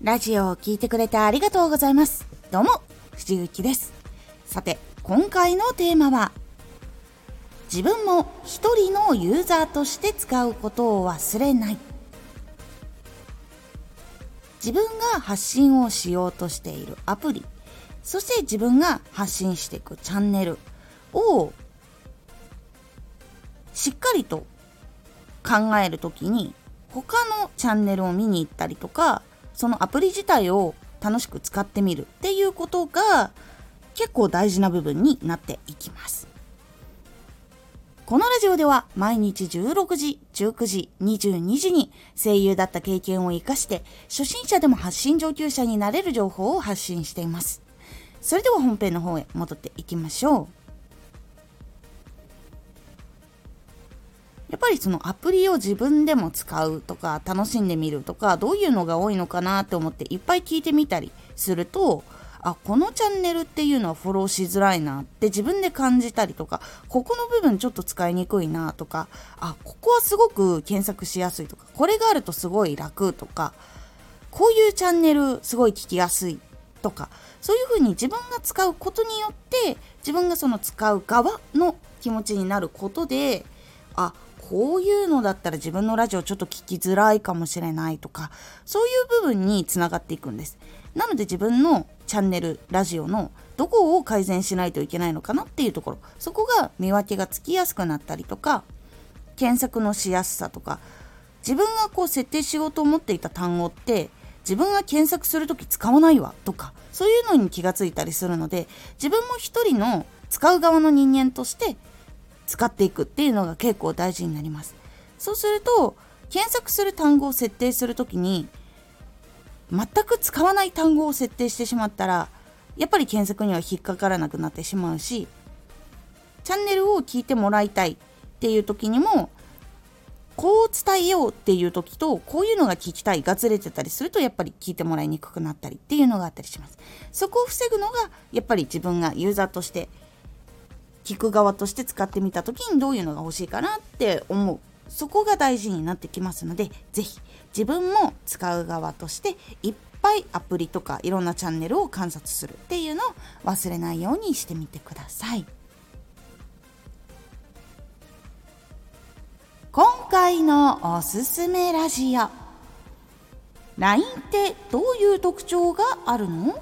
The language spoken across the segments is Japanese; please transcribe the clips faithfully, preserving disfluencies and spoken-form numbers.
ラジオを聞いてくれてありがとうございます。どうも、藤幸です。さて、今回のテーマは、自分も一人のユーザーとして使うことを忘れない。自分が発信をしようとしているアプリ、そして自分が発信していくチャンネルをしっかりと考えるときに、他のチャンネルを見に行ったりとか、そのアプリ自体を楽しく使ってみるっていうことが結構大事な部分になっていきます。このラジオでは毎日じゅうろくじ、じゅうくじ、にじゅうにじに声優だった経験を生かして初心者でも発信上級者になれる情報を発信しています。それでは本編の方へ戻っていきましょう。やっぱりそのアプリを自分でも使うとか楽しんでみるとか、どういうのが多いのかなって思っていっぱい聞いてみたりすると、あ、このチャンネルっていうのはフォローしづらいなって自分で感じたりとか、ここの部分ちょっと使いにくいなとか、あ、ここはすごく検索しやすいとか、これがあるとすごい楽とか、こういうチャンネルすごい聞きやすいとか、そういうふうに自分が使うことによって自分がその使う側の気持ちになることで、あ、こういうのだったら自分のラジオちょっと聞きづらいかもしれないとか、そういう部分につながっていくんです。なので自分のチャンネルラジオのどこを改善しないといけないのかなっていうところ、そこが見分けがつきやすくなったりとか、検索のしやすさとか、自分がこう設定しようと思っていた単語って自分が検索するとき使わないわとか、そういうのに気がついたりするので、自分も一人の使う側の人間として使っていくっていうのが結構大事になります。そうすると検索する単語を設定するときに全く使わない単語を設定してしまったら、やっぱり検索には引っかからなくなってしまうし、チャンネルを聞いてもらいたいっていう時にも、こう伝えようっていう時と、こういうのが聞きたいがずれてたりすると、やっぱり聞いてもらいにくくなったりっていうのがあったりします。そこを防ぐのがやっぱり自分がユーザーとして聞く側として使ってみた時にどういうのが欲しいかなって思う、そこが大事になってきますので、ぜひ自分も使う側としていっぱいアプリとかいろんなチャンネルを観察するっていうのを忘れないようにしてみてください。今回のおすすめラジオ、 ライン ってどういう特徴があるの？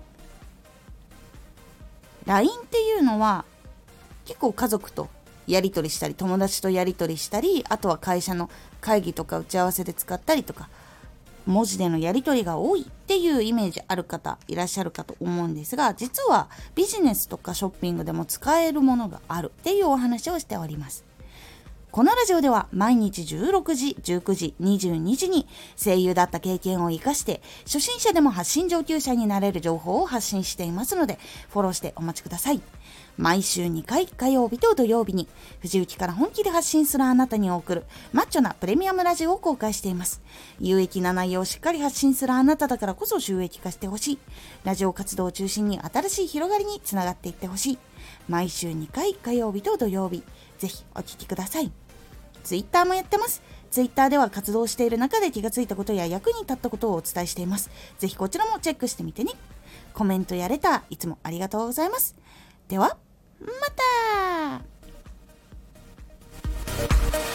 ライン っていうのは結構家族とやり取りしたり、友達とやり取りしたり、あとは会社の会議とか打ち合わせで使ったりとか、文字でのやり取りが多いっていうイメージある方いらっしゃるかと思うんですが、実はビジネスとかショッピングでも使えるものがあるっていうお話をしております。このラジオでは毎日じゅうろくじ、じゅうくじ、にじゅうにじに声優だった経験を生かして初心者でも発信上級者になれる情報を発信していますので、フォローしてお待ちください。毎週にかい、火曜日と土曜日に藤雪から本気で発信するあなたに送るマッチョなプレミアムラジオを公開しています。有益な内容をしっかり発信するあなただからこそ収益化してほしい。ラジオ活動を中心に新しい広がりにつながっていってほしい。毎週にかい、火曜日と土曜日、ぜひお聞きください。ツイッターもやってます。ツイッターでは活動している中で気がついたことや役に立ったことをお伝えしています。ぜひこちらもチェックしてみてね。コメントやレターいつもありがとうございます。ではまた。